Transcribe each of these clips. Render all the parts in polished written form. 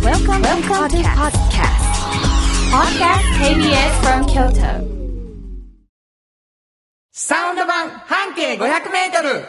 Welcome to podcast. Podcast KBS from Kyoto. サウンド版半径500メートル。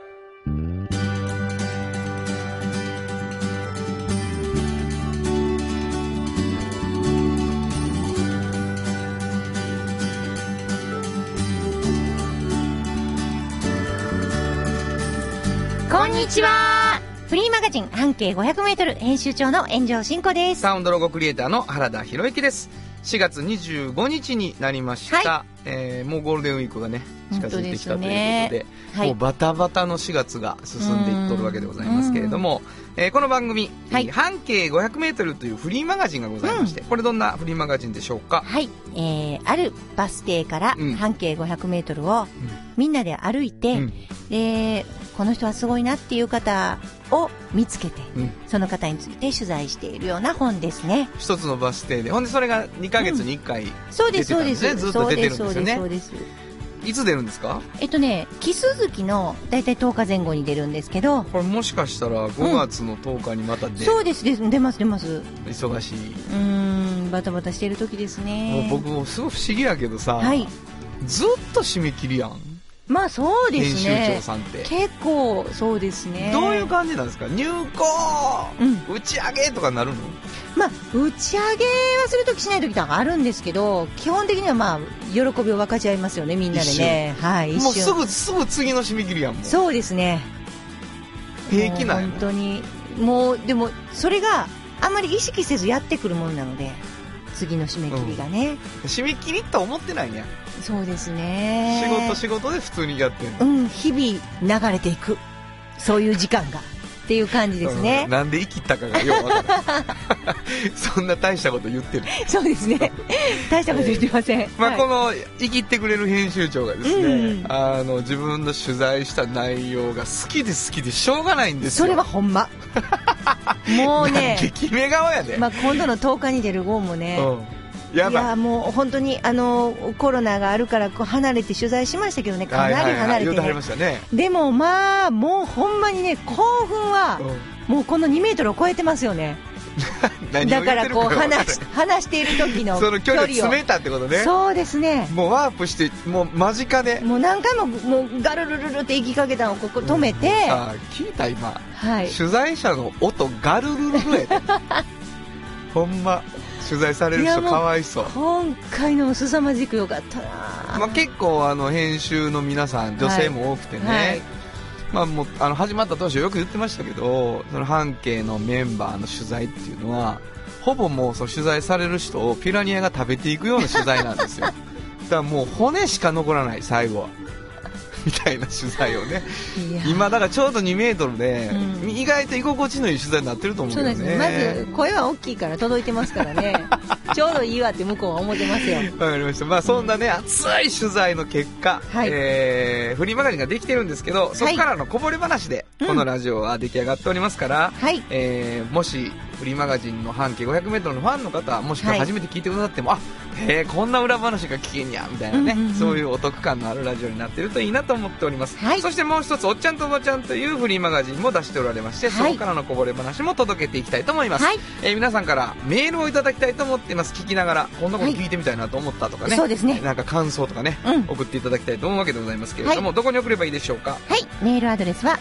こんにちは。フリーマガジン半径500メートル編集長の炎上真子です。 サウンドロゴクリエイターの原田博之です。4月25日になりました、もうゴールデンウィークがね近づいてきたということで、もうバタバタの4月が進んでいっとるわけでございますけれども、この番組、半径 500m というフリーマガジンがございまして、これどんなフリーマガジンでしょうか？ はい、あるバス停から半径 500m をみんなで歩いて、でこの人はすごいなっていう方を見つけて、その方について取材しているような本ですね。 一つのバス停で、ほんでそれが2ヶ月に1回出てたんですね。ずっと出てるんですよね。 そうです。 いつ出るんですか？ 木鈴木のだいたい10日前後に出るんですけど、 これもしかしたら5月の10日にまたそうです、出ます忙しい。 バタバタしてる時ですね。 もう僕もすごい不思議やけどさ、ずっと締め切りやん。 まあそうですね。 編集長さんって結構そうですね。 どういう感じなんですか？入稿、打ち上げとかなるの？ まあ打ち上げはするときしないときとかあるんですけど、基本的にはまあ喜びを分かち合いますよね、みんなでね。 もうすぐ次の締め切りやんもん。 そうですね。 平気なんや。 本当にもうでもそれがあんまり意識せずやってくるもんなので、次の締め切りがね、 締め切りと思ってないね。 そうですね。 仕事で普通にやってるの。 日々流れていく、そういう時間がっていう感じですね。 なんで生きったかがよう分からないそんな大したこと言ってる。 そうですね、大したこと言ってません。 この生きってくれる編集長がですね、自分の取材した内容が好きでしょうがないんですよ。 それはほんまもうね、 決め顔やで。 今度の10日に出る号もね、 やばい。 いやもう本当にコロナがあるから離れて取材しましたけどね、かなり離れてね、でもまあもうほんまにね、興奮はもうこの2メートルを超えてますよねだからこう話している時のその距離を詰めたってことね。 そうですね。 もうワープしてもう間近でもう何回もガルルルルって行きかけたのをここ止めて、 聞いた今、取材者の音ガルルルルやでほんま取材される人かわいそう。 今回の凄まじく良かったな。 結構編集の皆さん女性も多くてね、もう始まった当初よく言ってましたけど、その半径のメンバーの取材っていうのはほぼもうその取材される人をピラニアが食べていくような取材なんですよだからもう骨しか残らない最後はみたいな取材をね、今だからちょうど2メートルで、意外と居心地のいい取材になってると思うけどね。 そうですね。まず声は大きいから届いてますからねちょうどいいわって向こうは思ってますよ。 わかりました。そんなね、熱い取材の結果、フリーマガジンができてるんですけど、そこからのこぼれ話でこのラジオは出来上がっておりますから、もしフリーマガジンの半径 500m のファンの方、もしくは初めて聞いてくださっても、こんな裏話が聞けんやみたいなね、そういうお得感のあるラジオになっているといいなと思っております。そしてもう一つ、おっちゃんとおばちゃんというフリーマガジンも出しておられまして、そこからのこぼれ話も届けていきたいと思います。皆さんからメールをいただきたいと思っています。聞きながらこんなこと聞いてみたいなと思ったとかね、 そうですね、 なんか感想とかね、送っていただきたいと思うわけでございますけれども、どこに送ればいいでしょうか？ メールアドレスは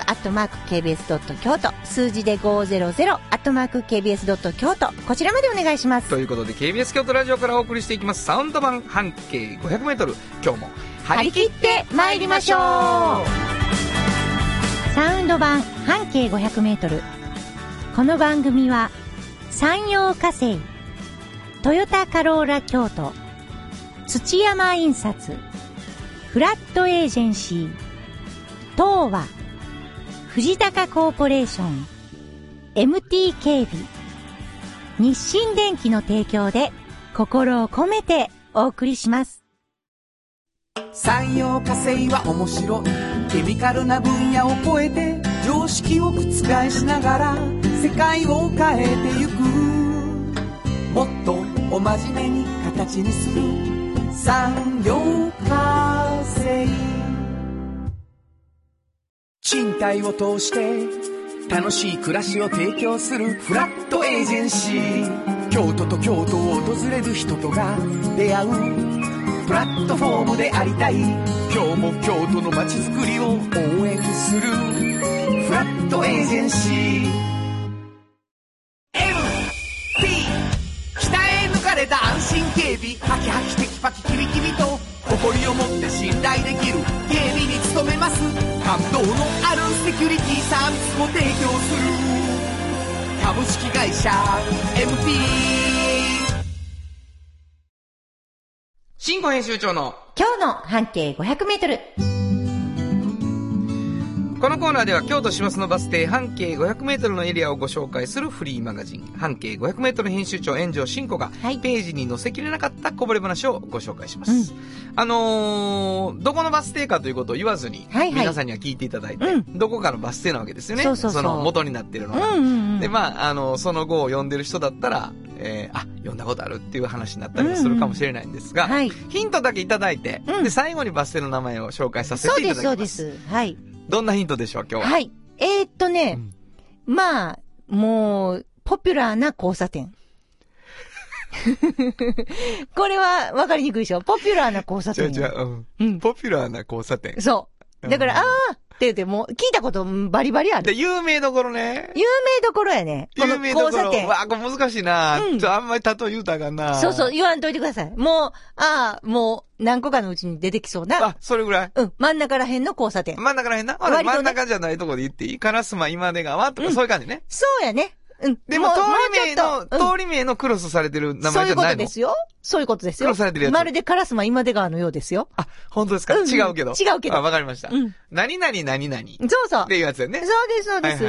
500@kbs.kyoto、 数字で 500@kbs.kyoto、 こちらまでお願いします。 ということで KBS 京都ラジオからお送りしていきますサウンド版半径 500m、 今日も張り切って参りましょう。サウンド版半径 500m、 この番組は山陽火星、トヨタカローラ京都、土山印刷、フラットエージェンシー、東和、藤高コーポレーション、MT 警備、日清電機の提供で心を込めてお送りします。 産業化成は面白い。ケミカルな分野を超えて常識を覆しながら世界を変えてゆく。もっとお真面目に形にする産業化成。賃貸を通して楽しい暮らしを提供するフラットエージェンシー。京都と京都を訪れる人とが出会うプラットフォームでありたい。今日も京都の街づくりを応援するフラットエージェンシー。 MT 鍛え抜かれた安心警備、ハキハキテキパキキビキビと誇りを持って信頼できる警備に努めます。感動のあるセキュリティサービスも提供する株式会社 MT。 新語編集長の今日の半径500メートル。 このコーナーでは京都市松のバス停半径500メートルのエリアをご紹介するフリーマガジン半径500メートル編集長炎上真子が、ページに載せきれなかったこぼれ話をご紹介します。どこのバス停かということを言わずに、皆さんには聞いていただいて、どこかのバス停なわけですよね。その元になってるのが。で、その後を読んでる人だったら、読んだことあるっていう話になったりもするかもしれないんですが、ヒントだけいただいて、で、最後にバス停の名前を紹介させていただきます。 そうです、そうです。はい。 どんなヒントでしょう、今日は。 はい。もう、ポピュラーな交差点。これは分かりにくいでしょ。ポピュラーな交差点。 ポピュラーな交差点。 そう。だから、って言ってもう、聞いたことバリバリある。 で、有名どころね。 有名どころやね。この交差点。 わあ、これ難しいな。あんまり例え言うたらあかんな。 そう、言わんといてください。もう何個かのうちに出てきそうな。 それぐらい。 真ん中ら辺の交差点。 真ん中ら辺な。真ん中じゃないとこで言っていい？烏丸今出川とかそういう感じね。 そうやね。 でも、通り名のクロスされてる名前じゃないの？そういうことですよ。 そういうことですよ。 クロスされてるやつ。 まるで烏丸今出川のようですよ。 本当ですか？違うけど。 違うけど。 わかりました。何々何々。 そうそう。 っていうやつだよね。 そうです、そうです。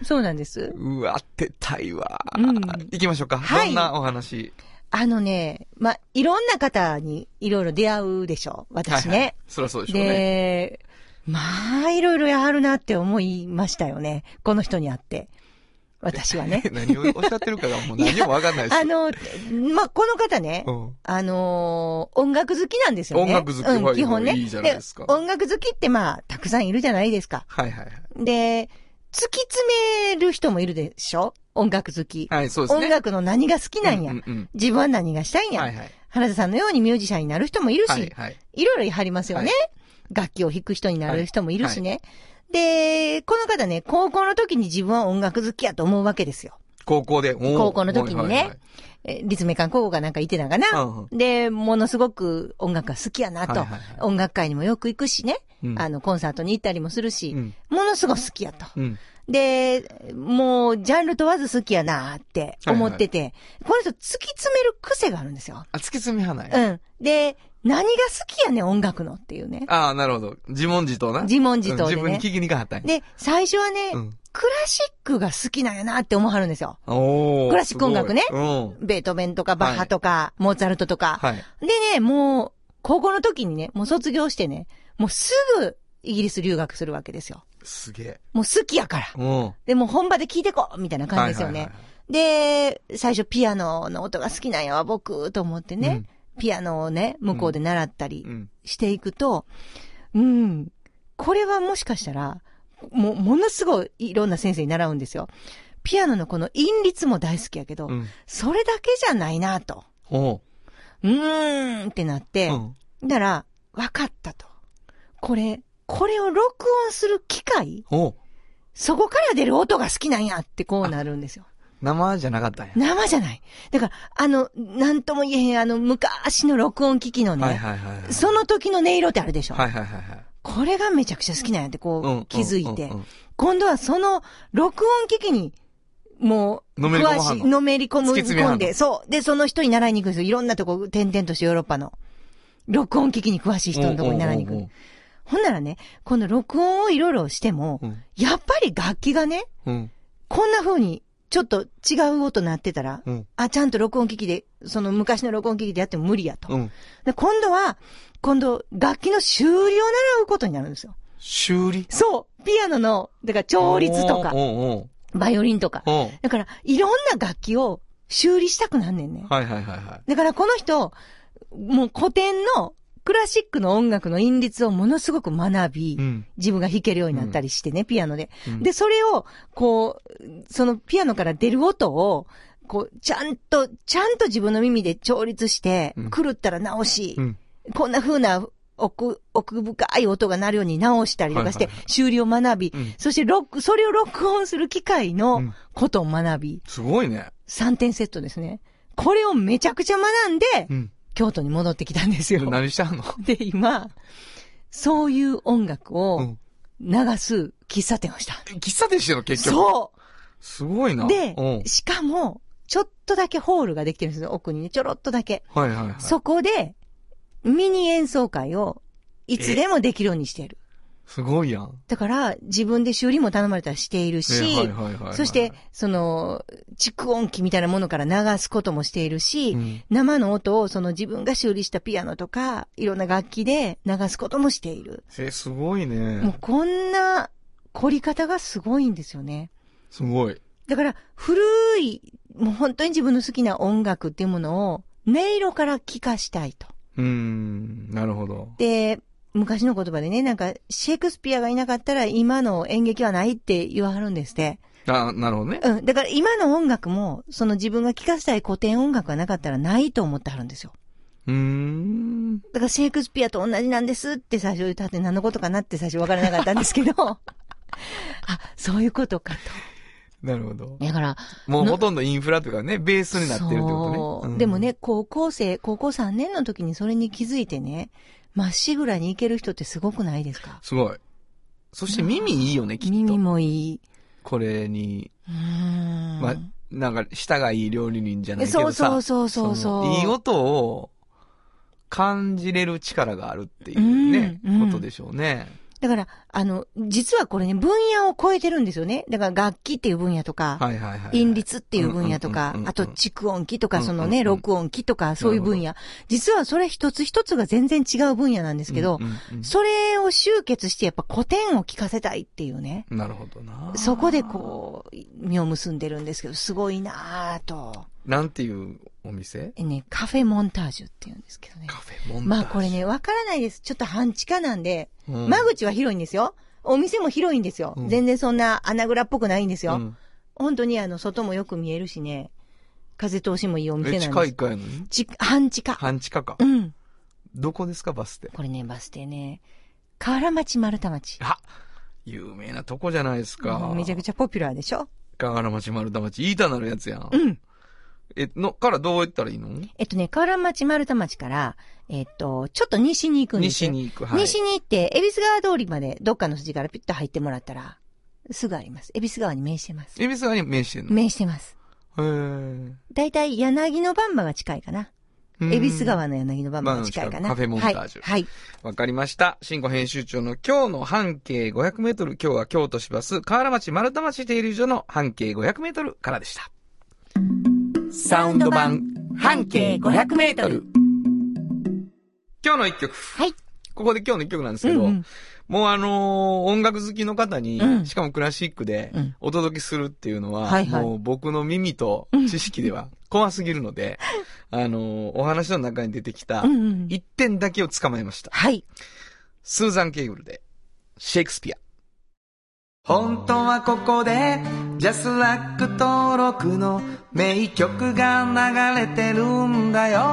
そうなんです。 うわ、出たいわ。行きましょうか。どんなお話？ いろんな方にいろいろ出会うでしょう。私ね。 そりゃそうでしょうね。 で、いろいろやるなって思いましたよね。この人に会って。私はね。 何をおっしゃってるかがもう何もわかんないです。 この方ね、音楽好きなんですよね。 音楽好き、 基本ね。 いいじゃないですか。 音楽好きってたくさんいるじゃないですか。で、突き詰める人もいるでしょ？音楽好き。 そうですね。 音楽の何が好きなんや。自分は何がしたいんや。原田さんのようにミュージシャンになる人もいるし、いろいろ言い張りますよね。楽器を弾く人になる人もいるしね。で、この方ね、高校の時に自分は音楽好きやと思うわけですよ。 高校の時にね、立命館高校かなんかいてたかな。で、ものすごく音楽が好きやなと。音楽会にもよく行くしね。コンサートに行ったりもするし、ものすごく好きやと。で、もう、ジャンル問わず好きやなって思ってて、この人突き詰める癖があるんですよ。 突き詰め派ない？ で、何が好きやねん、音楽のっていうね。 なるほど。自問自答な。 自問自答でね。 自分に聞きに行かはったんや。 で、最初はね、クラシックが好きなんやなって思わはるんですよ。クラシック音楽ね。ベートーベンとかバッハとか、モーツァルトとか。でね、もう、高校の時にね、もう卒業してね、もうすぐイギリス留学するわけですよ。 すげえ。 もう好きやから。で、もう本場で聴いてこうみたいな感じですよね。で、最初ピアノの音が好きなんやわ、僕、と思ってね。ピアノをね、向こうで習ったりしていくと、これはもしかしたら、ものすごいいろんな先生に習うんですよ。ピアノのこの韻律も大好きやけど、それだけじゃないなと。ってなって、だから、分かったと。これを録音する機械？そこから出る音が好きなんやってこうなるんですよ。 生じゃなかったんや。 生じゃない。だから、なんとも言えへん、昔の録音機器のね、その時の音色ってあるでしょ。これがめちゃくちゃ好きなんやってこう気づいて、今度はその録音機器に、もう、のめり込んで、そう。で、その人に習いに行くんですよ。いろんなとこ、転々としてヨーロッパの。録音機器に詳しい人のとこに習いに行く。ほんならね、この録音をいろいろしても、やっぱり楽器がね、こんな風に、ちょっと違う音鳴ってたら、ちゃんと録音機器で、その昔の録音機器でやっても無理やと。で今度、楽器の修理を習うことになるんですよ。 修理？ そう。ピアノの、だから調律とか、バイオリンとか。だから、いろんな楽器を修理したくなんねんね。だからこの人、もう古典のクラシックの音楽の韻律をものすごく学び、自分が弾けるようになったりしてね、ピアノで。で、それを、こう、そのピアノから出る音を、こう、ちゃんと自分の耳で調律して、狂ったら直し、こんな風な奥深い音が鳴るように直したりとかして、修理を学び、そしてそれを録音する機械のことを学び。 すごいね。 3点セットですね。これをめちゃくちゃ学んで、京都に戻ってきたんですよ。 何したの？ で、今、そういう音楽を流す喫茶店をした。 喫茶店してるの結局。 そう。 すごいな。 で、しかも、ちょっとだけホールができてるんですよ。奥にね、ちょろっとだけ。 はいはいはい。 そこで、ミニ演奏会をいつでもできるようにしている。 すごいやん。 だから、自分で修理も頼まれたらしているし、そして、蓄音機みたいなものから流すこともしているし、生の音を自分が修理したピアノとか、いろんな楽器で流すこともしている。 すごいね。 もうこんな凝り方がすごいんですよね。 すごい。 だから、古い、もう本当に自分の好きな音楽っていうものを、音色から聴かしたいと。 なるほど。 で、昔の言葉でね、なんか、シェイクスピアがいなかったら今の演劇はないって言わはるんですって。 なるほどね。 だから今の音楽も、自分が聴かせたい古典音楽がなかったらないと思ってはるんですよ。だからシェイクスピアと同じなんですって最初言ったって何のことかなって最初分からなかったんですけど、そういうことかと。 なるほど。 だから、 もうほとんどインフラというかね、ベースになってるってことね。 でもね、高校3年の時にそれに気づいてね、まっしぐらに行ける人ってすごくないですか？ すごい。そして耳いいよね、きっと。 耳もいい。 これに。なんか、舌がいい料理人じゃないけどさ。 そう。 いい音を感じれる力があるっていうね、ことでしょうね。 だから、実はこれね、分野を超えてるんですよね。だから楽器っていう分野とか、韻律っていう分野とか、あと蓄音機とか録音機とかそういう分野。実はそれ一つ一つが全然違う分野なんですけど、それを集結してやっぱ古典を聞かせたいっていうね。 なるほどな。 そこでこう、実を結んでるんですけど、すごいなぁと。 なんていうお店？ カフェモンタージュって言うんですけどね。 カフェモンタージュ。 まあこれね、わからないです。ちょっと半地下なんで、間口は広いんですよ。お店も広いんですよ。全然そんな穴蔵っぽくないんですよ。本当に外もよく見えるしね、風通しもいいお店なんです。 地下1階なのに？ 半地下。 半地下か。どこですか、バス停？これね、バス停ね、河原町丸太町。 有名なとこじゃないですか。 めちゃくちゃポピュラーでしょ？ 河原町丸太町、言いたなるやつやん。からどうやったらいいの？ 河原町丸太町から、ちょっと西に行くんですよ。西に行って、恵比寿川通りまでどっかの筋からピッと入ってもらったら、すぐあります。恵比寿川に面してます。 恵比寿川に面してんの？ 面してます。だいたい柳の番場が近いかな。恵比寿川の柳の番場が近いかな。 カフェモンタージュ。はい。わかりました。新語編集長の今日の半径500メートル。今日は京都市バス、河原町丸太町停留所の半径500メートルからでした。 サウンド版半径500メートル。 今日の一曲。 はい。 ここで今日の一曲なんですけど、もう音楽好きの方に、しかもクラシックでお届けするっていうのは、もう僕の耳と知識では怖すぎるので、お話の中に出てきた一点だけを捕まえました。 はい。 スーザン・ケイグルで、シェイクスピア。 本当はここでジャスラック登録の名曲が流れてるんだよ。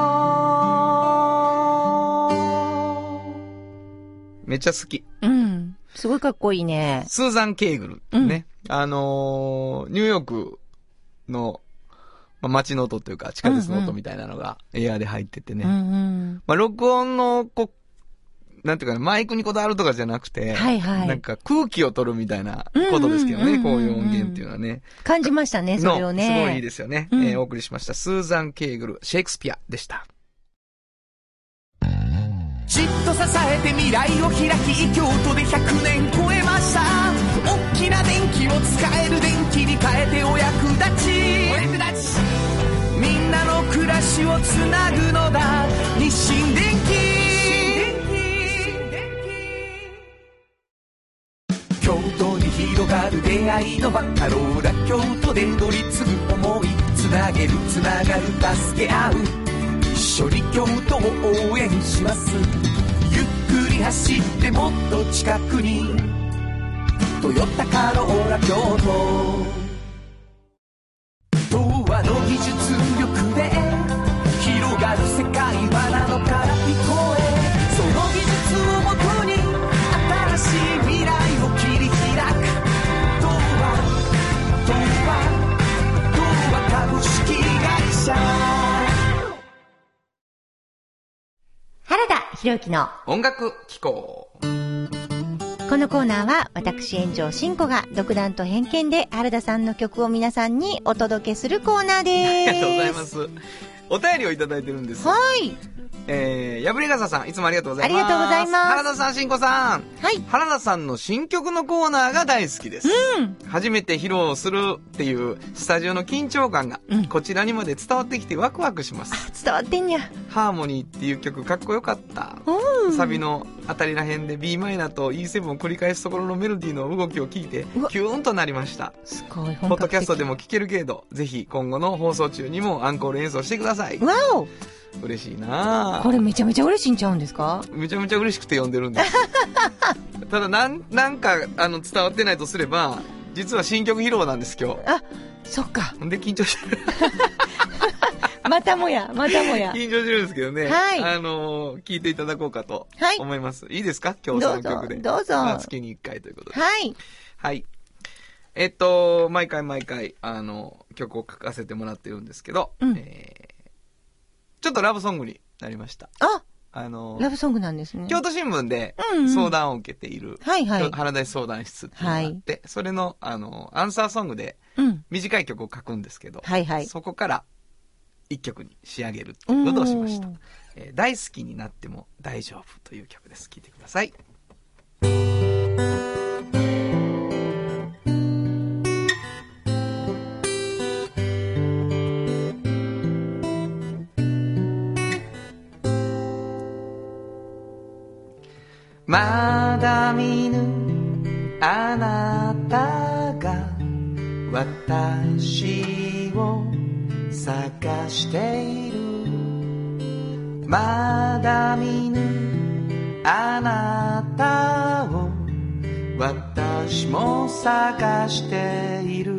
めっちゃ好き。 すごいかっこいいね。 スーザン・ケイグルね。ニューヨークの、街の音というか地下鉄の音みたいなのがエアーで入っててね。録音のなんていうかね、マイクにこだわるとかじゃなくて、なんか空気を取るみたいなことですけどね、こういう音源っていうのはね。 感じましたね、それをね。 すごいいいですよね。お送りしました。スーザン・ケイグル、シェイクスピアでした。 じっと支えて未来を開き、京都で100年超えました。大きな電気を使える電気に変えてお役立ち。みんなの暮らしをつなぐのだ、日清電気。京都に広がる出会いの場、カローラ京都で乗り継ぐ思い、つなげるつながる助け合う、一緒に京都を応援します。 走ってもっと近くにトヨタカローラ京都。童話の技術力で広がる世界はなのから聞こえ、その技術をもとに新しい未来を切り開く。童話株式会社。 原田博之の音楽機構。 このコーナーは私炎上真子が独断と偏見で原田さんの曲を皆さんにお届けするコーナーです。 ありがとうございます。お便りをいただいてるんです。 はい。 やぶりがささん、いつもありがとうございます。 ありがとうございます。 原田さん、しんこさん。 はい。 原田さんの新曲のコーナーが大好きです。うん。初めて披露するっていうスタジオの緊張感が、こちらにまで伝わってきてワクワクします。 あ、伝わってんや。 ハーモニーっていう曲かっこよかった。サビの当たりらへんで b マイナーと E7 を繰り返すところのメロディーの動きを聞いて、キューンとなりました。 すごい。 ポッドキャストでも聴けるけど、ぜひ今後の放送中にもアンコール演奏してください。 わお。 嬉しいなぁ。 これめちゃめちゃ嬉しいんちゃうんですか？ めちゃめちゃ嬉しくて読んでるんですただなんか伝わってないとすれば、実は新曲披露なんです今日。 あ、そっか。 で緊張してるまたもや緊張してるんですけどね。 はい。 聞いていただこうかと思います。はい。いいですか？今日その曲で。 どうぞ。 まあ、月に1回ということで。 はい。 はい。毎回曲を書かせてもらってるんですけど、ちょっとラブソングになりました。 あ、ラブソングなんですね。 京都新聞で相談を受けている、 はいはい。 原田相談室っていうのがあって、それの、アンサーソングで、短い曲を書くんですけど、 はいはい。 そこから一曲に仕上げるっていうことをしました。大好きになっても大丈夫という曲です。聴いてください。まだ見ぬあなたが私を探している。まだ見ぬあなたを私も探している。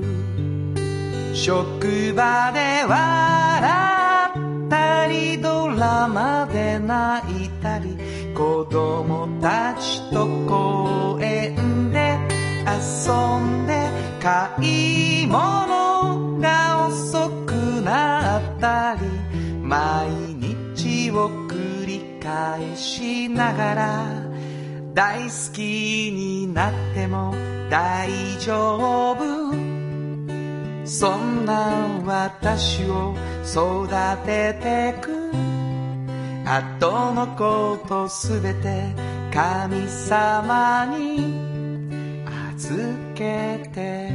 職場で笑ったりドラマで泣いたり、子供たちと公園で遊んで、買い物が遅くなったり、毎日を繰り返しながら、大好きになっても大丈夫、そんな私を育ててく。後のことすべて神様に預けて。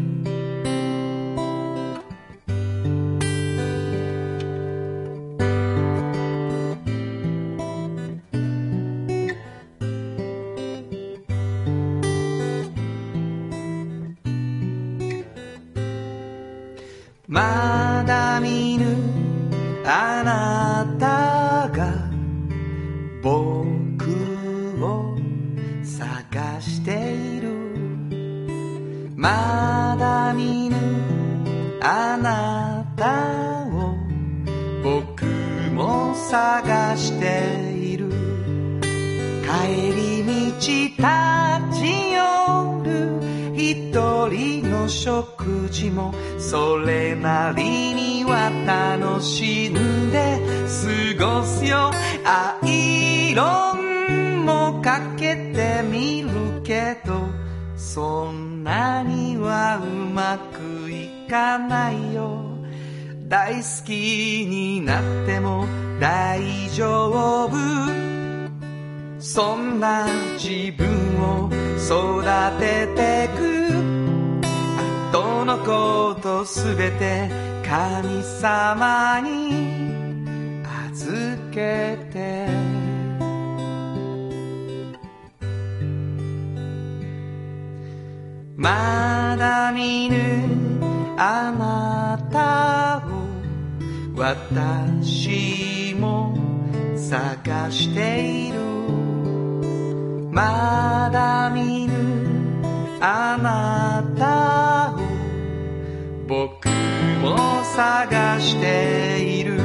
まだ見ぬあなたが僕を探している。まだ見ぬあなたを僕も探している。帰り道立ち寄る一人の食事も、それなりには楽しんで過ごすよ。アイロンもかけてみるけど、そんなにはうまくいかないよ。大好きになっても大丈夫、そんな自分を育ててく。後のことすべて神様に預けて。まだ見ぬあなたを私も探している。 まだ見ぬあなたを僕も探している。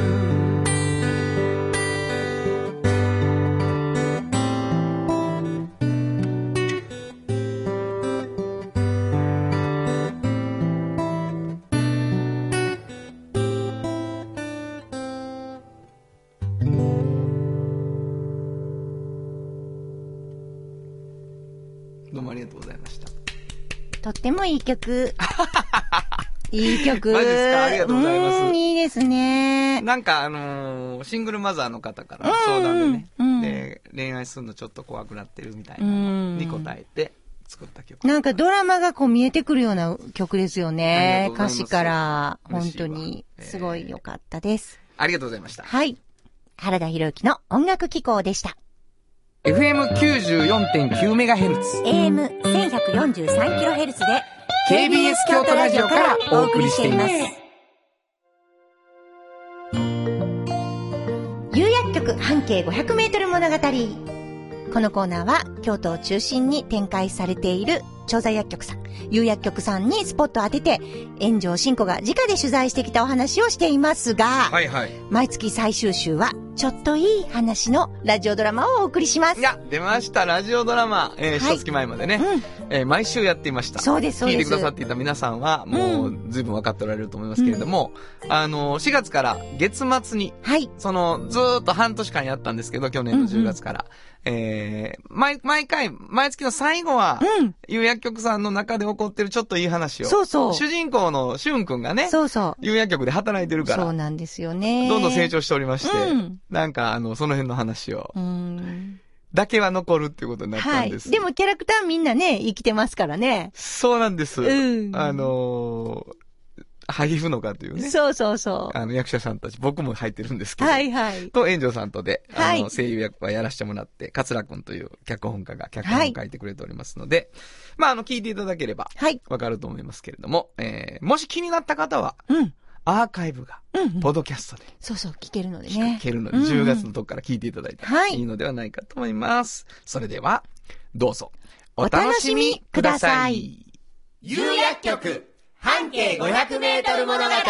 どうもありがとうございました。 とってもいい曲。いい曲。 マジですか？ありがとうございます。 いいですね。 なんかシングルマザーの方からの相談でね、で恋愛するのちょっと怖くなってるみたいなのに答えて作った曲。 なんかドラマがこう見えてくるような曲ですよね。歌詞から本当にすごい良かったです。 ありがとうございました。 はい。原田博之の音楽機構でした。 FM94.9MHz AM1143kHz で KBS 京都ラジオからお送りしています。 有薬局半径500メートル物語。このコーナーは京都を中心に展開されている調剤薬局さん、有薬局さんにスポットを当てて、炎上真子が直で取材してきたお話をしていますが、 はいはい、 毎月最終週はちょっといい話のラジオドラマをお送りします。 いや、出ました、ラジオドラマ。一月前までね、毎週やっていました。 そうです、そうです。 聞いてくださっていた皆さんは、もう、随分分かっておられると思いますけれども、4月から月末に、ずーっと半年間やったんですけど、去年の10月から。毎月の最後は、有薬局さんの中で起こってるちょっといい話を。 そうそう。 主人公のしゅんくんがね、 そうそう。 有薬局で働いてるから。 そうなんですよね。 どんどん成長しておりまして、なんかその辺の話を。だけは残るっていうことになったんです。 はい。でもキャラクターみんなね、生きてますからね。 そうなんです。萩生のかというね。 そうそうそう。 役者さんたち、僕も入ってるんですけど。 はいはい。 と、炎上さんとで、声優役はやらせてもらって、桂くんという脚本家が脚本を書いてくれておりますので、聞いていただければ、わかると思いますけれども、もし気になった方は、アーカイブが、ポッドキャストで。 そうそう、聞けるのでね。 聞けるので、10月のとこから聞いていただいたらいいのではないかと思います。それでは、どうぞ、お楽しみください。 有薬局半径500メートル物語。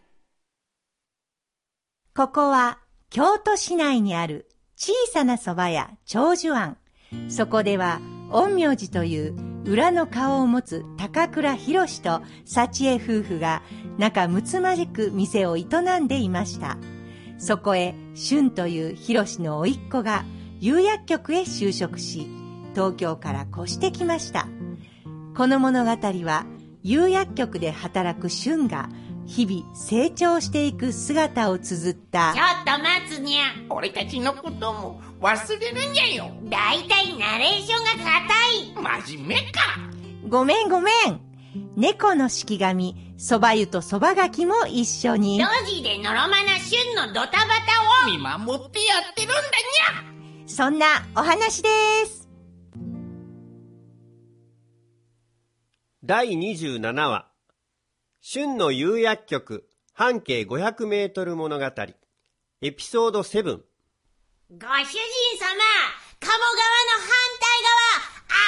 ここは京都市内にある小さな蕎麦屋長寿庵。そこでは陰陽師という裏の顔を持つ高倉博士と幸恵夫婦が仲睦まじく店を営んでいました。そこへ俊という博士の甥っ子が有薬局へ就職し、東京から越してきました。この物語は有薬局で働く俊が日々成長していく姿を綴った。 ちょっと待つにゃ。 俺たちのことも忘れるんやよ。 だいたいナレーションが硬い。真面目か。 ごめん。猫の式神、蕎麦湯と蕎麦柿も一緒に。 路地でのろまな俊のドタバタを見守ってやってるんだにゃ。そんなお話です。 第27話、春の有薬局半径500メートル物語、エピソード7。ご主人様、 鴨川の反対側、あ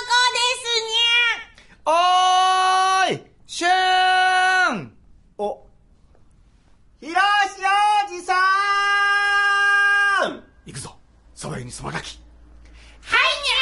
そこですにゃ。 おーい、俊。 お、ひろしおじさん。 行くぞ、そば湯にそばがき。 はい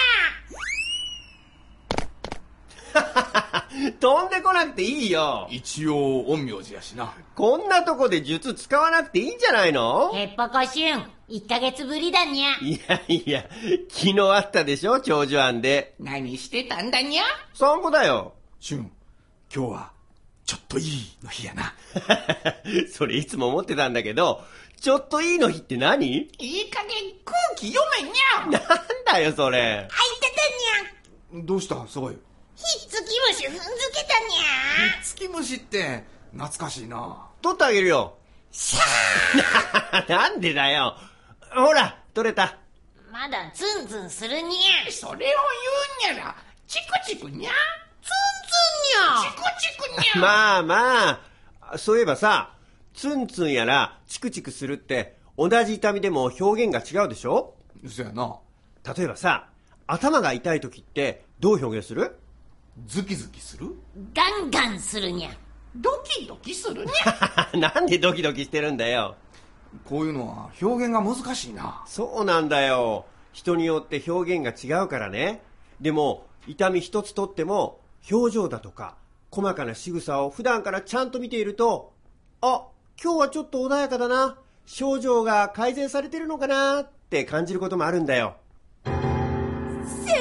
にゃ飛んでこなくていいよ。 一応陰陽師やしな。 こんなとこで術使わなくていいんじゃないの？ へっぽこしゅん、1ヶ月ぶりだにゃ。 いや、昨日あったでしょ、長寿庵で。 何してたんだにゃ。 散歩だよ。 しゅん、今日はちょっといいの日やな。 それいつも思ってたんだけど、ちょっといいの日って何？ いい加減空気読めにゃ。 なんだよそれ。 あいたたにゃ。 どうしたそば湯。 ひっつき虫踏んづけたにゃ。 ひっつき虫って懐かしいな。 取ってあげるよ。 しゃーなんでだよ。ほら取れた。 まだツンツンするにゃ。 それを言うんやらチクチクにゃ。ツンツンにゃ。チクチクにゃ。 まあそういえばさ、ツンツンやらチクチクするって同じ痛みでも表現が違うでしょ。 そやな。 例えばさ、 頭が痛い時ってどう表現する？ ズキズキする？ ガンガンするにゃ。 ドキドキするにゃ。 なんでドキドキしてるんだよ。 こういうのは表現が難しいな。 そうなんだよ。人によって表現が違うからね。でも痛み一つとっても表情だとか細かな仕草を普段からちゃんと見ていると、あ、今日はちょっと穏やかだな、症状が改善されてるのかなって感じることもあるんだよ。 成長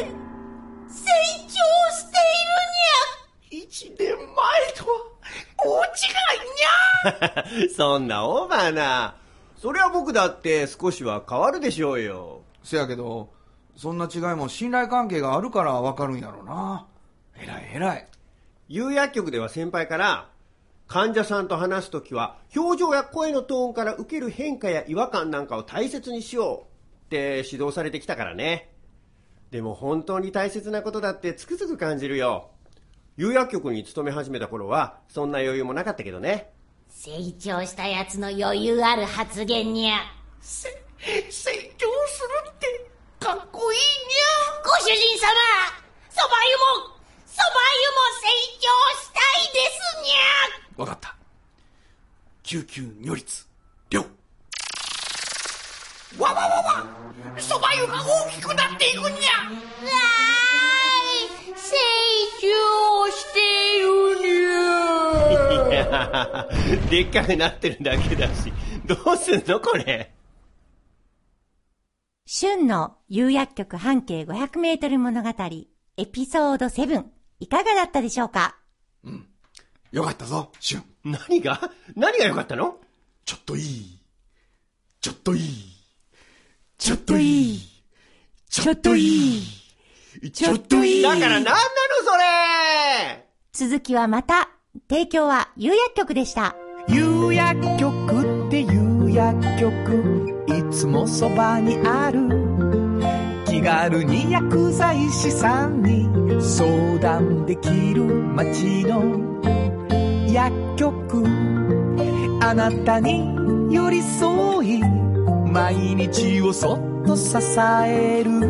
しているにゃ。 1年前とは大違いにゃ。 そんなオーバーな。それは僕だって少しは変わるでしょうよ。 せやけど、そんな違いも信頼関係があるからわかるんやろな。偉い。 釉薬局では先輩から、患者さんと話すときは表情や声のトーンから受ける変化や違和感なんかを大切にしようって指導されてきたからね。でも本当に大切なことだってつくづく感じるよ。釉薬局に勤め始めた頃はそんな余裕もなかったけどね。 成長したやつの余裕ある発言にゃ。 成長するってかっこいいにゃ。 ご主人様、そば湯も成長したいですにゃ。 わかった。救急如律了。わそば湯が大きくなっていくにゃ。 わーい、成長してるにゃ。 いや、でっかくなってるだけだし、どうすんのこれ。 旬の釉薬局半径500メートル物語エピソード7、いかがだったでしょうか？ よかったぞ、俊。 何がよかったの？ ちょっといい。 だから何なのそれ！ 続きはまた。提供は釉薬局でした。 釉薬局って釉薬局、いつもそばにある。気軽に薬剤師さんに相談できる街の薬局。あなたに寄り添い毎日をそっと支える。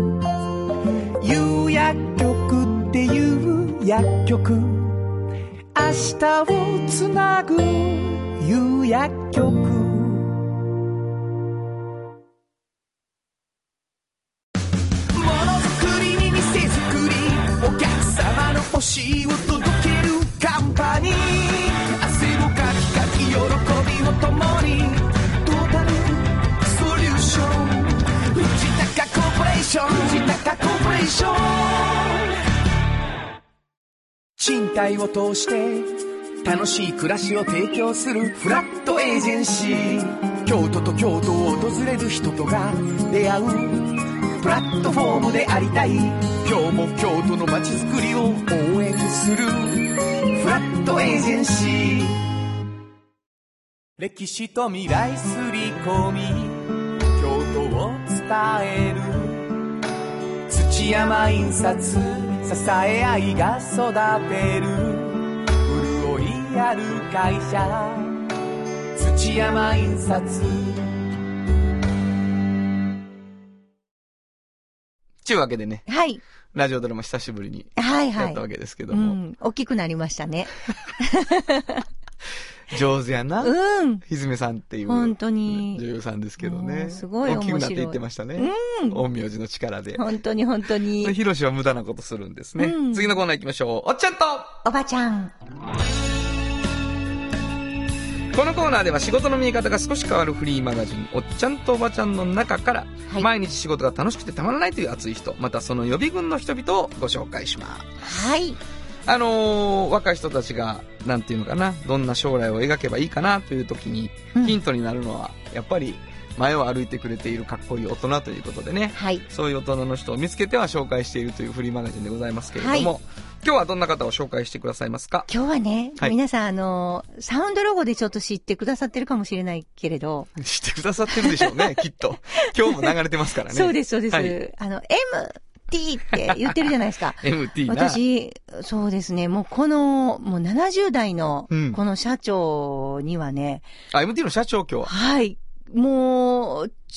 釉薬局っていう薬局、明日をつなぐ釉薬局。ものづくりに店づくり、お客様の欲しいを届けるカンパニー。汗をかきかき喜びを共に、トータルソリューション。藤高コーポレーション。賃貸を通して楽しい暮らしを提供するフラットエージェンシー。京都と京都を訪れる人とが出会うプラットフォームでありたい。今日も京都の街づくりを応援するフラットエージェンシー。歴史と未来すり込み、京都を伝える土山印刷、支え合いが育てる潤いある会社、土山印刷。 ちゅうわけでね。 はい。 ラジオドラマ久しぶりにはいやったわけですけども。 大きくなりましたね。 上手やな。ひずめさんっていう。 本当に。 女優さんですけどね。 すごい面白い。 大きくなっていってましたね。陰陽師の力で。 本当に。 ヒロシは無駄なことするんですね。次のコーナー行きましょう。おっちゃんとおばちゃん。 このコーナーでは仕事の見え方が少し変わるフリーマガジンおっちゃんとおばちゃんの中から、毎日仕事が楽しくてたまらないという熱い人、またその予備軍の人々をご紹介します。 はい。 若い人たちがなんていうのかな、どんな将来を描けばいいかなという時にヒントになるのは、やっぱり前を歩いてくれているかっこいい大人ということでね、そういう大人の人を見つけては紹介しているというフリーマガジンでございますけれども、今日はどんな方を紹介してくださいますか？ 今日はね、皆さんサウンドロゴでちょっと知ってくださってるかもしれないけれど。 知ってくださってるでしょうね、きっと。今日も流れてますからね。 そうです。MT って言ってるじゃないですか。 MT な。 私、そうですね、もう70代のこの社長にはね。 MT の社長今日は。 はい。もう、ちょっ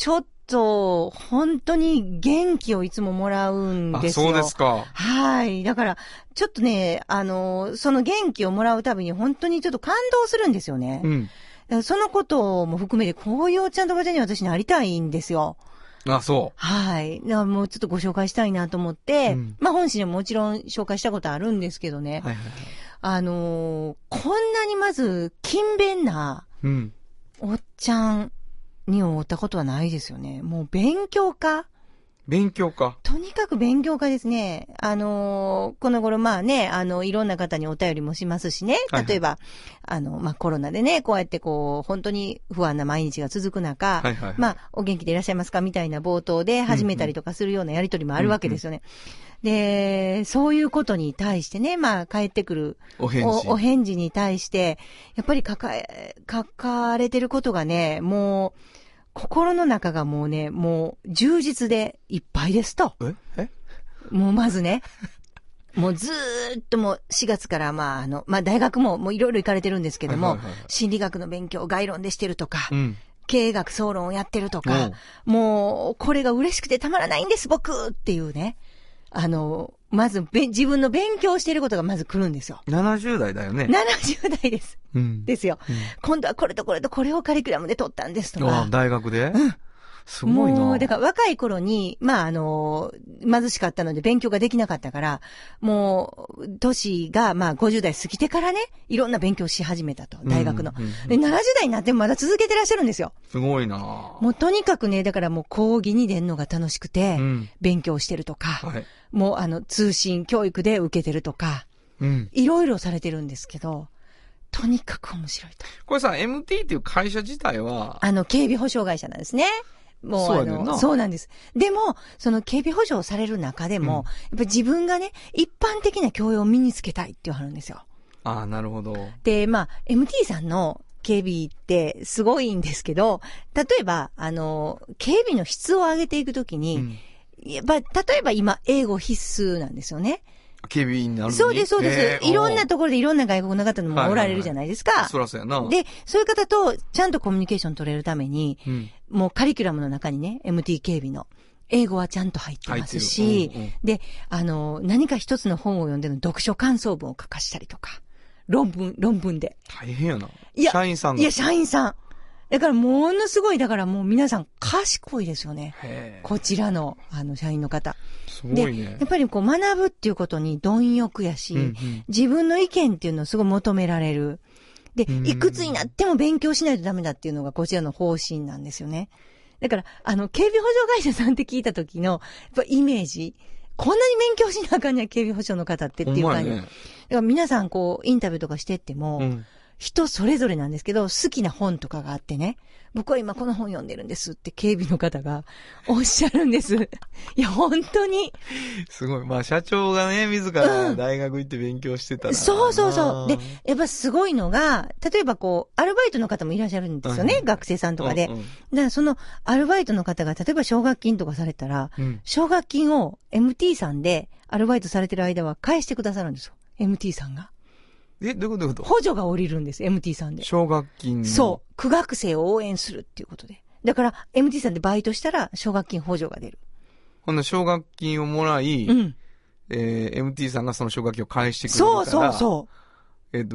と、本当に元気をいつももらうんですよ。 そうですか。 はい。だから、ちょっとね、その元気をもらうたびに本当にちょっと感動するんですよね。うん。そのことも含めて、こういうおっちゃんとおばちゃんに私なりたいんですよ。 あ、そう。 はい。だからもうちょっとご紹介したいなと思って、まあ本誌でももちろん紹介したことあるんですけどね。はいはいはい。こんなにまず、勤勉な、おっちゃんに会ったことはないですよね。もう勉強家。 勉強家。 とにかく勉強家ですね。この頃まあね、いろんな方にお便りもしますしね。例えば、まあコロナでね、こうやってこう、本当に不安な毎日が続く中、はいはいはい、まあ、お元気でいらっしゃいますかみたいな冒頭で始めたりとかするようなやりとりもあるわけですよね。で、そういうことに対してね、まあ、返ってくるお返事に対して、やっぱり書かれてることがね、もう、心の中がもうね、もう充実でいっぱいですと。もうまずね、もうずーっともう4月からまあ大学ももういろいろ行かれてるんですけども、心理学の勉強を概論でしてるとか、経営学総論をやってるとか、もうこれが嬉しくてたまらないんです僕っていうね、まず自分の勉強していることがまず来るんですよ。 70代だよね。 70代です。ですよ、今度はこれとこれとこれをカリキュラムで取ったんですとか。 大学で？すごいな。 もう、だから若い頃に、まあ貧しかったので勉強ができなかったから、もう、年がまあ50代過ぎてからね、いろんな勉強し始めたと、大学の。で、70代になってもまだ続けてらっしゃるんですよ。 すごいな。 もうとにかくね、だからもう講義に出るのが楽しくて、勉強してるとか、もう通信教育で受けてるとか、いろいろされてるんですけど、とにかく面白いと。 これさ、MT っていう会社自体は警備保障会社なんですね。もうそうなんです。でも、その警備保障される中でも、やっぱ自分がね、一般的な教養を身につけたいって言わはるんですよ。 ああ、なるほど。 で、まあ、MT さんの警備ってすごいんですけど、例えば、警備の質を上げていくときに、やっぱ、例えば今、英語必須なんですよね。 警備員になるのに。 そうです、そうです。いろんなところでいろんな外国の方もおられるじゃないですか。 そらそうやな。 で、そういう方とちゃんとコミュニケーション取れるために、もうカリキュラムの中にね、MT 警備の英語はちゃんと入ってますし、で、何か一つの本を読んでの読書感想文を書かしたりとか、論文で。 大変やな。社員さんが。 いや、社員さん。だからものすごい、だからもう皆さん賢いですよね。こちらの、社員の方。 すごいね。 で、やっぱりこう学ぶっていうことに貪欲やし、自分の意見っていうのをすごい求められる。で、いくつになっても勉強しないとダメだっていうのがこちらの方針なんですよね。だから、警備保障会社さんって聞いた時の、やっぱイメージ、こんなに勉強しなあかんねん、警備保障の方ってっていう感じ。だから皆さんこう、インタビューとかしてっても、人それぞれなんですけど、好きな本とかがあってね、僕は今この本読んでるんですって警備の方がおっしゃるんです。いや、本当に。 すごい。まあ、社長がね、自ら大学行って勉強してたら、 そうそうそう。で、やっぱすごいのが、例えばこう、アルバイトの方もいらっしゃるんですよね、学生さんとかで。だからその、アルバイトの方が、例えば奨学金とかされたら、奨学金を MT さんでアルバイトされてる間は返してくださるんですよ。MT さんが。 どういうこと補助が降りるんです、MT さんで。 奨学金。 そう。苦学生を応援するっていうことで。だから、MT さんでバイトしたら、奨学金補助が出る。 ほんな奨学金をもらい、MT さんがその奨学金を返してくれるから。 そう。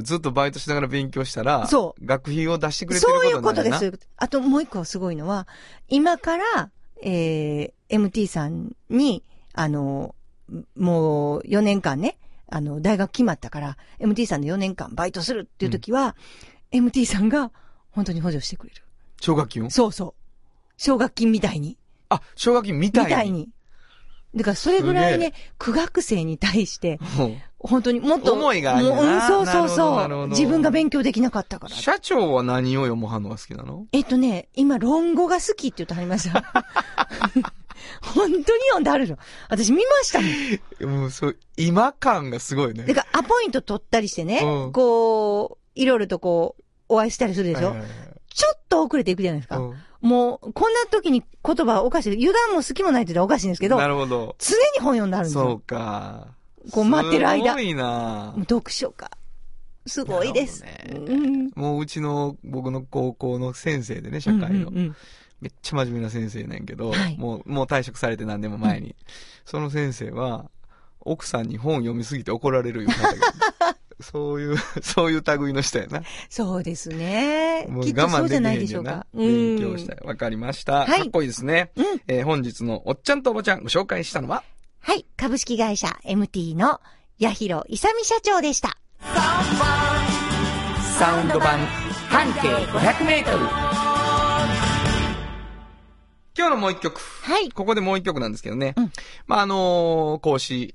ずっとバイトしながら勉強したら、学費を出してくれてることになるな。 そういうことです。あともう一個すごいのは、今から、MT さんに、もう4年間ね、大学決まったから、MT さんで4年間バイトするっていう時は、MT さんが本当に補助してくれる。 奨学金を？ そうそう。奨学金みたいに。 あ、奨学金みたいに。 だからそれぐらいね、苦学生に対して、本当にもっと。 思いがあるよな。 そう。自分が勉強できなかったから。 社長は何を読むのが好きなの？ 今、論語が好きって言ってはりました。本当に読んであるの。私見ましたもん。 もう今感がすごいね。 だからアポイント取ったりしてね、こう、いろいろとこう、お会いしたりするでしょ。ちょっと遅れていくじゃないですか。もう、こんな時に言葉おかしい。油断も好きもないって言ったらおかしいんですけど。 なるほど。 常に本読んであるんですよ。 そうか。 こう待ってる間。 すごいな。 読書家。すごいです。 もう僕の高校の先生でね、社会の。 めっちゃ真面目な先生なんやけど、もう退職されて何年も前に。その先生は、奥さんに本読みすぎて怒られるようになったけど、そういう類の人やな。 そうですね。 もう我慢できへんねんな。勉強したい。わかりました。かっこいいですね。本日のおっちゃんとおばちゃんご紹介したのは、 はい。株式会社 MT の八広勇社長でした。 サウンド版半径500メートル。今日のもう一曲。はい。ここでもう一曲なんですけどね。まあ、講師。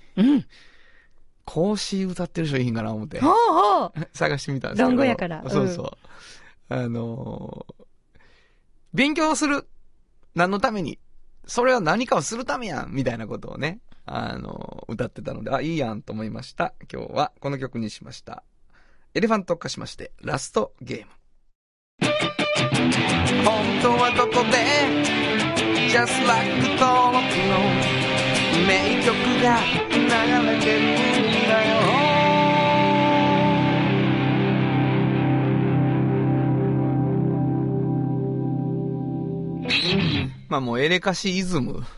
講師歌ってる人いいんかな思って。探してみたんですけど。 論語やから。 そうそう。勉強する。何のために。それは何かをするためやんみたいなことをね、歌ってたので、いいやんと思いました。今日はこの曲にしました。エレファント化しまして、ラストゲーム。本当はどこで Just like 登録の名曲が流れてるんだよ。まあもうエレカシイズム。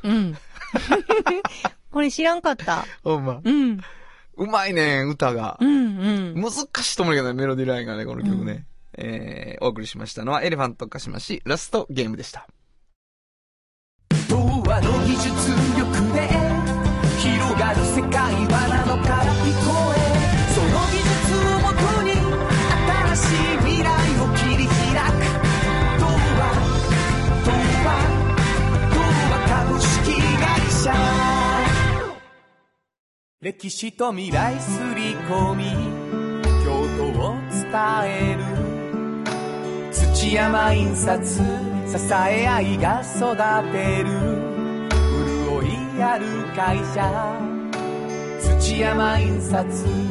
これ知らんかった。 ほんま。うまいねん、歌が。難しいと思うけどね、メロディーラインがね、この曲ね。お送りしましたのはエレファント化しまし、ラストゲームでした。 童話の技術力で広がる世界はなのから聞こえ、その技術をもとに新しい未来を切り開く。童話株式会社。歴史と未来すり込み京都を伝える土山印刷、支え合いが育てる潤いある会社土山印刷。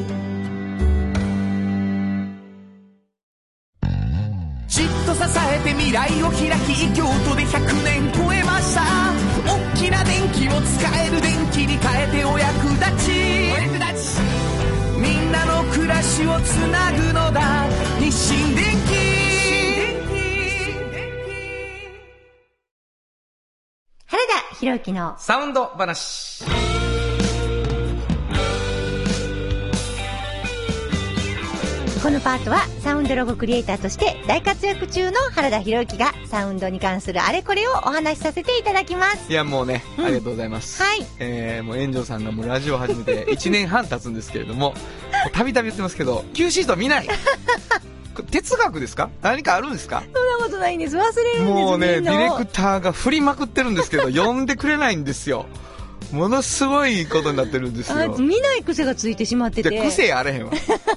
じっと支えて未来を開き、京都で100年超えました。大きな電気を使える電気に変えてお役立ち、みんなの暮らしをつなぐのだ日清電気。 原田博之のサウンド話。 このパートはサウンドロゴクリエイターとして大活躍中の原田博之がサウンドに関するあれこれをお話しさせていただきます。 いやもうね、ありがとうございます。はい。もう炎上さんがもうラジオを始めて1年半経つんですけれども、たびたび言ってますけど、Qシート見ない。哲学ですか？何かあるんですか？ そんなことないんです。忘れるんです。 もうね、ディレクターが振りまくってるんですけど、読んでくれないんですよ。ものすごいことになってるんですよ。 見ない癖がついてしまってて。 じゃ癖あれへんわ。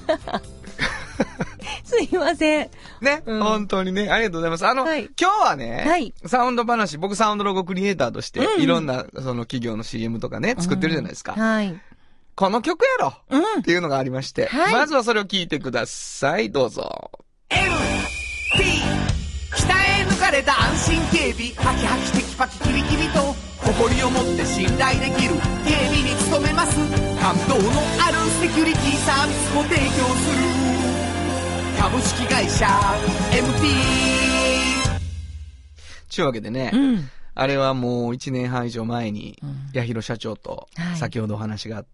すいません。 ね、本当にね、ありがとうございます。今日はね、サウンド話、僕サウンドロゴクリエイターとして、いろんな、その企業の CM とかね、作ってるじゃないですか。この曲やろっていうのがありまして、まずはそれを聞いてください。どうぞ。 MT 鍛え抜かれた安心警備、ハキハキテキパキキビキビと誇りを持って信頼できる警備に努めます。感動のあるセキュリティサービスを提供する株式会社 MT。 ちゅうわけでね、あれはもう1年半以上前に、八広社長と、先ほどお話があった、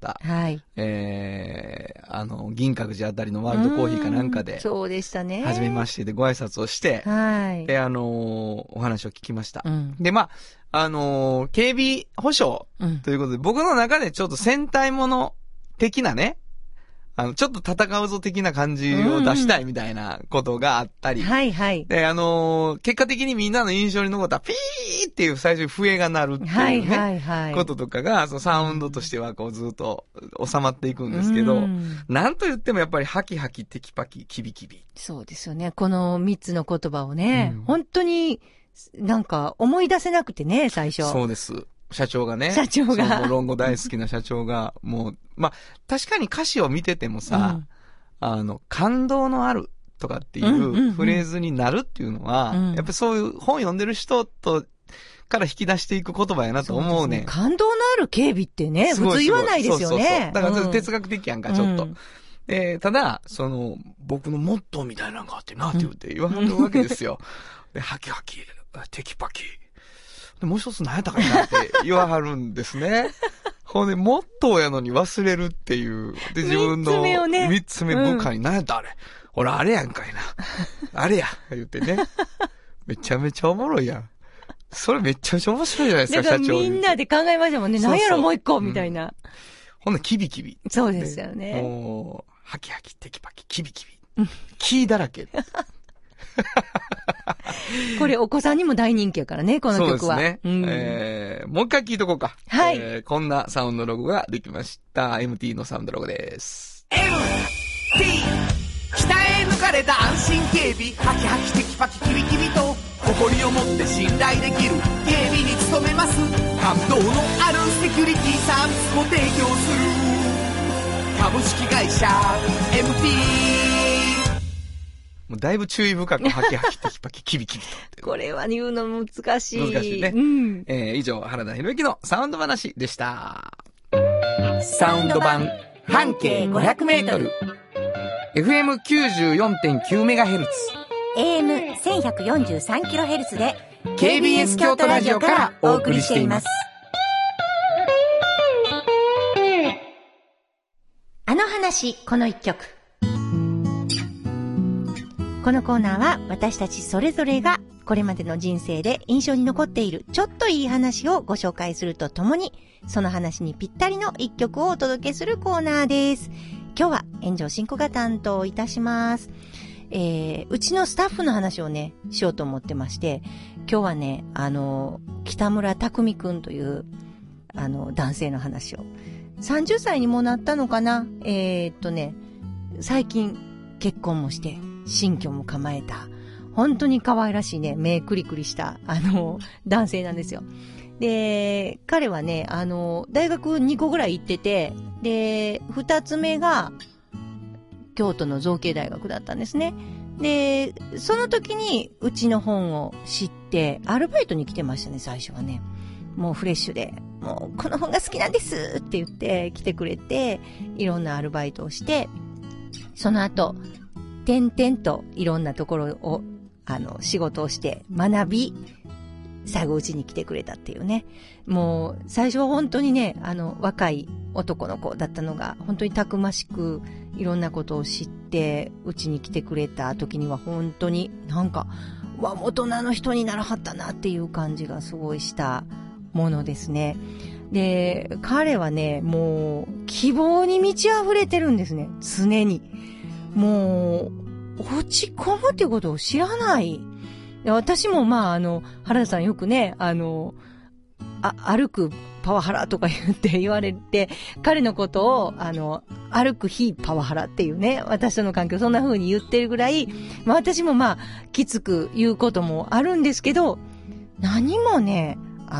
銀閣寺あたりのワールドコーヒーかなんかで、 そうでしたね。 初めましてでご挨拶をして、で、お話を聞きました。で、まあ、警備保障ということで、僕の中でちょっと戦隊もの的なね、ちょっと戦うぞ的な感じを出したいみたいなことがあったり。で、結果的にみんなの印象に残ったピーっていう最初に笛が鳴るっていうね、こととかが、そのサウンドとしてはこうずっと収まっていくんですけど、なんと言ってもやっぱりハキハキテキパキキビキビ。 そうですよね。この3つの言葉をね、本当になんか思い出せなくてね、最初。 そうです。社長がね。 社長が。 論語大好きな社長が、もう、まあ、確かに歌詞を見ててもさ、感動のあるとかっていうフレーズになるっていうのは、やっぱりそういう本読んでる人から引き出していく言葉やなと思うね。 感動のある警備ってね、普通言わないですよね。 だから哲学的やんか、ちょっと。ただ、僕のモットーみたいなのがあってなって言わはるわけですよ。で、ハキハキ。 テキパキ。で、もう一つ何やったかいなって言わはるんですね。ほんで、モットーやのに忘れるっていう。で、自分の3つ目部下に何やったあれ。俺あれやんかいな。あれや。言ってね。めちゃめちゃおもろいやん。それめちゃめちゃ面白いじゃないですか、社長。 みんなで考えましたもんね。何やろもう一個みたいな。 ほんで、キビキビ。 そうですよね。 もう、ハキハキ、テキパキ、キビキビ。キーだらけ。 これお子さんにも大人気やからね、この曲は。 そうですね。もう一回聞いとこうか。 はい。 こんなサウンドロゴができました。MT のサウンドロゴです。 MT 鍛え抜かれた安心警備、ハキハキテキパキキビキビと誇りを持って信頼できる警備に努めます。感動のあるセキュリティサービスも提供する株式会社 MT。 もうだいぶ注意深くハキハキテキパキキビキビと。 これは言うの難しい。 難しいね。 うん。 以上、原田博之のサウンド話でした。 サウンド版半径500メートル。 FM94.9MHz。 AM1143kHz で KBS 京都ラジオからお送りしています。 あの話、この一曲。このコーナーは私たちそれぞれがこれまでの人生で印象に残っているちょっといい話をご紹介するとともに、その話にぴったりの一曲をお届けするコーナーです。今日は炎上進行が担当いたします。うちのスタッフの話をね、しようと思ってまして、今日はね、北村匠海くんという、男性の話を。30歳にもなったのかな？最近結婚もして、新居も構えた、本当に可愛らしいね、目クリクリした、男性なんですよ。で、彼はね、大学2個ぐらい行ってて、で、2つ目が、京都の造形大学だったんですね。で、その時に、うちの本を知って、アルバイトに来てましたね、最初はね。もうフレッシュで、もう、この本が好きなんですって言って来てくれて、いろんなアルバイトをして、その後、点々といろんなところを、仕事をして学び、最後うちに来てくれたっていうね。もう、最初は本当にね、若い男の子だったのが、本当にたくましく、いろんなことを知って、うちに来てくれた時には本当になんか、大人の人にならはったなっていう感じがすごいしたものですね。で、彼はね、もう、希望に満ち溢れてるんですね。常に。もう、落ち込むってことを知らない。私も原田さんよくね、歩くパワハラとか言われて、彼のことを、歩く非パワハラっていうね、私との関係をそんな風に言ってるぐらい、私もきつく言うこともあるんですけど、何もね、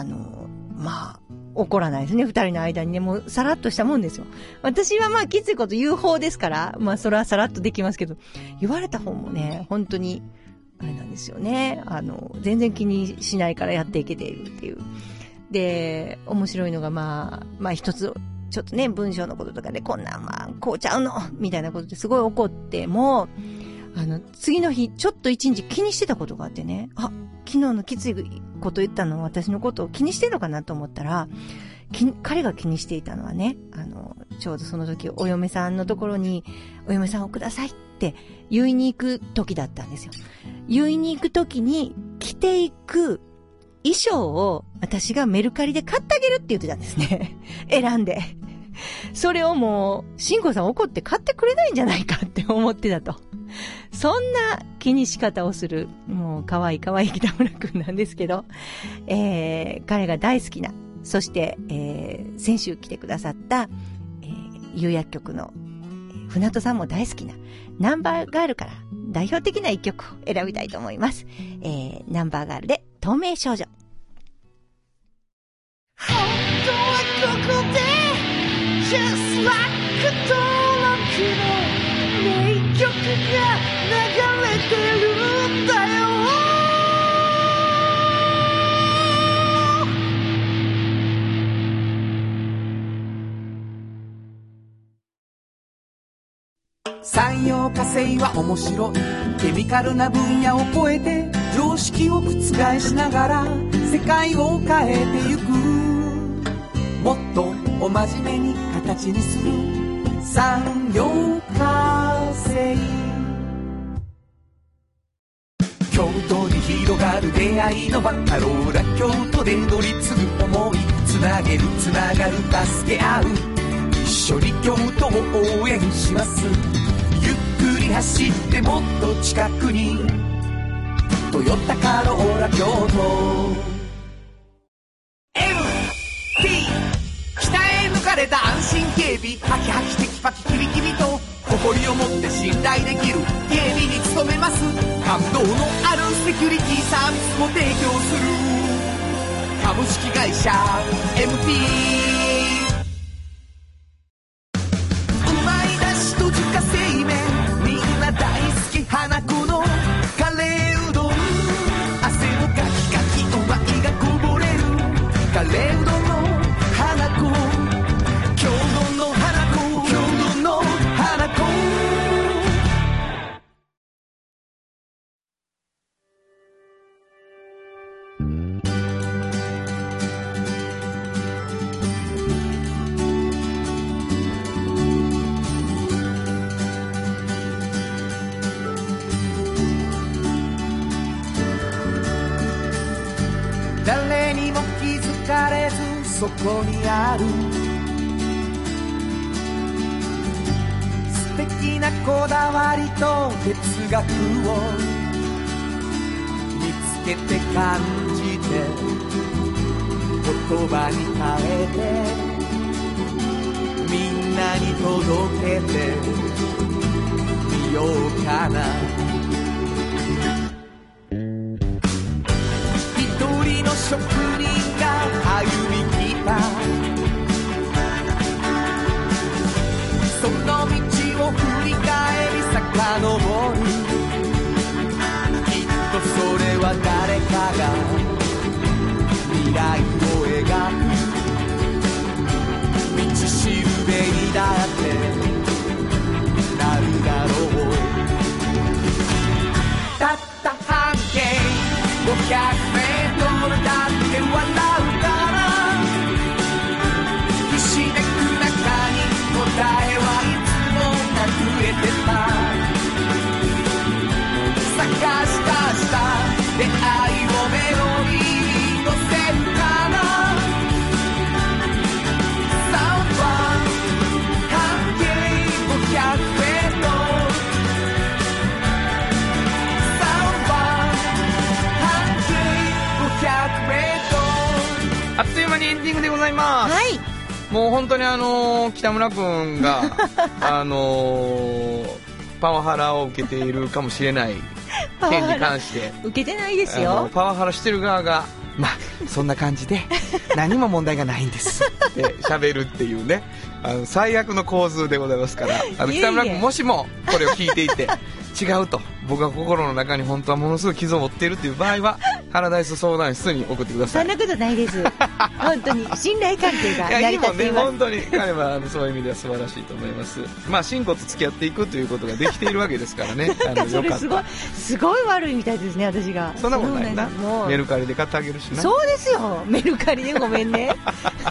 怒らないですね、二人の間にね、もうさらっとしたもんですよ。私はきついこと言う方ですから、それはさらっとできますけど、言われた方もね、本当に、あれなんですよね。全然気にしないからやっていけているっていう。で、面白いのが一つ、ちょっとね、文章のこととかでこんなんこうちゃうのみたいなことですごい怒っても、次の日、ちょっと一日気にしてたことがあってね、昨日のきついこと言ったの私のことを気にしてるのかなと思ったら、彼が気にしていたのはね、ちょうどその時お嫁さんのところに、お嫁さんをくださいって言いに行く時だったんですよ。言いに行く時に着ていく衣装を私がメルカリで買ってあげるって言ってたんですね。選んで。それをもう、慎吾さん怒って買ってくれないんじゃないかって思ってたと。そんな気にし方をする、もう可愛い北村くんなんですけど、彼が大好きな、そして、先週来てくださった、有薬局の、船戸さんも大好きな、ナンバーガールから代表的な一曲を選びたいと思います。ナンバーガールで透明少女。 本当はここで Just like 登録の名曲が流れてるんだよ。 産業化成は面白い。ケミカルな分野を超えて常識識を覆しながら世界を変えてゆく、もっとお真面目に形にする産業化成。京都に広がる出会いの場、カローラ京都で乗り継ぐ思い、つなげるつながる助け合う、一緒に京都を応援します。ゆっくり走ってもっと近くに、トヨタカローラ京都。 MT 北へ抜かれた安心警備、ハキハキテキパキキビキビと誇りを持って信頼できる警備に努めます。感動のあるセキュリティサービスも提供する株式会社 MT。 うまいだしと自家製麺、みんな大好き花子のカレーうどん、汗のかきかきお前がこぼれるカレーうどんの花子、京都の花子、京都の花子。誰にも気づかれずそこにある素敵なこだわりと哲学を見つけて感じて言葉に変えてみんなに届けてみようかな。職人が歩み来たその道を振り返り遡る、きっとそれは誰かが未来を描く道しるべにだってなるだろう。たった半径500メートルだって笑うからひしめく中に答えはいつも隠れてた。探し出した出会いをメロディーに乗せるかな。3は半径500メートル、 あっという間にエンディングでございます。 はい。 もう本当に北村くんがパワハラを受けているかもしれない件に関して受けてないですよ。 パワハラしてる側がまあそんな感じで何も問題がないんですって喋るっていうね、最悪の構図でございますから、北村君もしもこれを聞いていて違うと、僕が心の中に本当はものすごい傷を負っているという場合はパラダイス相談室に送ってください。 そんなことないです本当に信頼関係が成り立っています。いやいいもんね、本当に彼はそういう意味では素晴らしいと思います。まあ慎吾と付き合っていくということができているわけですからねなんかそれすごい悪いみたいですね、私が。 そんなことないな、メルカリで買ってあげるしな。 そうですよ、メルカリでごめんね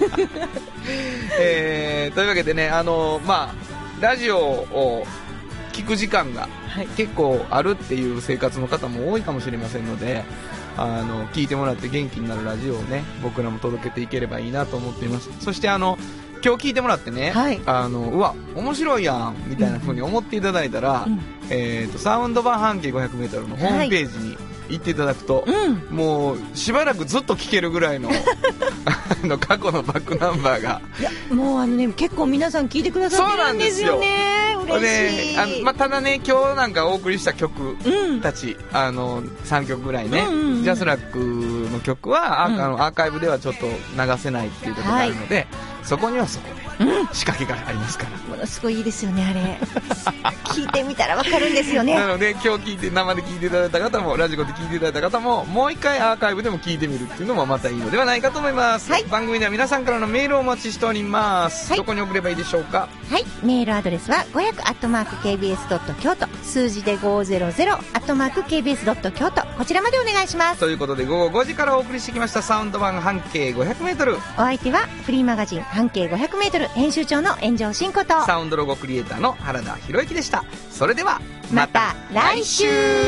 というわけでね、まあラジオを聞く時間が結構あるっていう生活の方も多いかもしれませんので、聞いてもらって元気になるラジオをね、僕らも届けていければいいなと思っています。そして今日聞いてもらってね、はい、うわ面白いやんみたいな風に思っていただいたら、サウンド版半径 500m のホームページに行っていただくと、もうしばらくずっと聴けるぐらいの過去のバックナンバーが、 いやもうね、結構皆さん聴いてくださってるんですよね。嬉しい。 ただね、今日なんかお送りした曲たち、3曲ぐらいね、ジャスラックの曲はアーカイブではちょっと流せないっていうことがあるので、そこにはそこで仕掛けがありますから。 ものすごいいいですよね、あれ。聞いてみたらわかるんですよね。 なので、今日生で聞いていただいた方も、ラジコで聞いていただいた方も、もう一回アーカイブでも聞いてみるっていうのもまたいいのではないかと思います。はい、番組では皆さんからのメールをお待ちしております。はい、どこに送ればいいでしょうか。 はい、メールアドレスは 500@kbs.京都、数字で500@kbs.京都、こちらまでお願いします。 ということで、午後5時からお送りしてきましたサウンド版半径 500m。 お相手はフリーマガジン半径 500m 編集長の炎上真子とサウンドロゴクリエイターの原田博之でした。それではまた来週。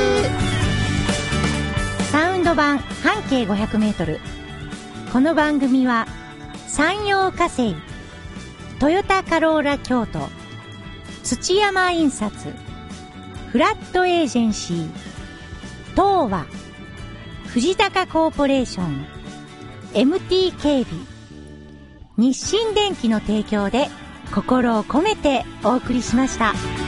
サウンド版半径 500m。 この番組は山陽火星、トヨタカローラ京都、土山印刷、フラットエージェンシー、東和、藤高コーポレーション、MT 警備、日清電機の提供で心を込めてお送りしました。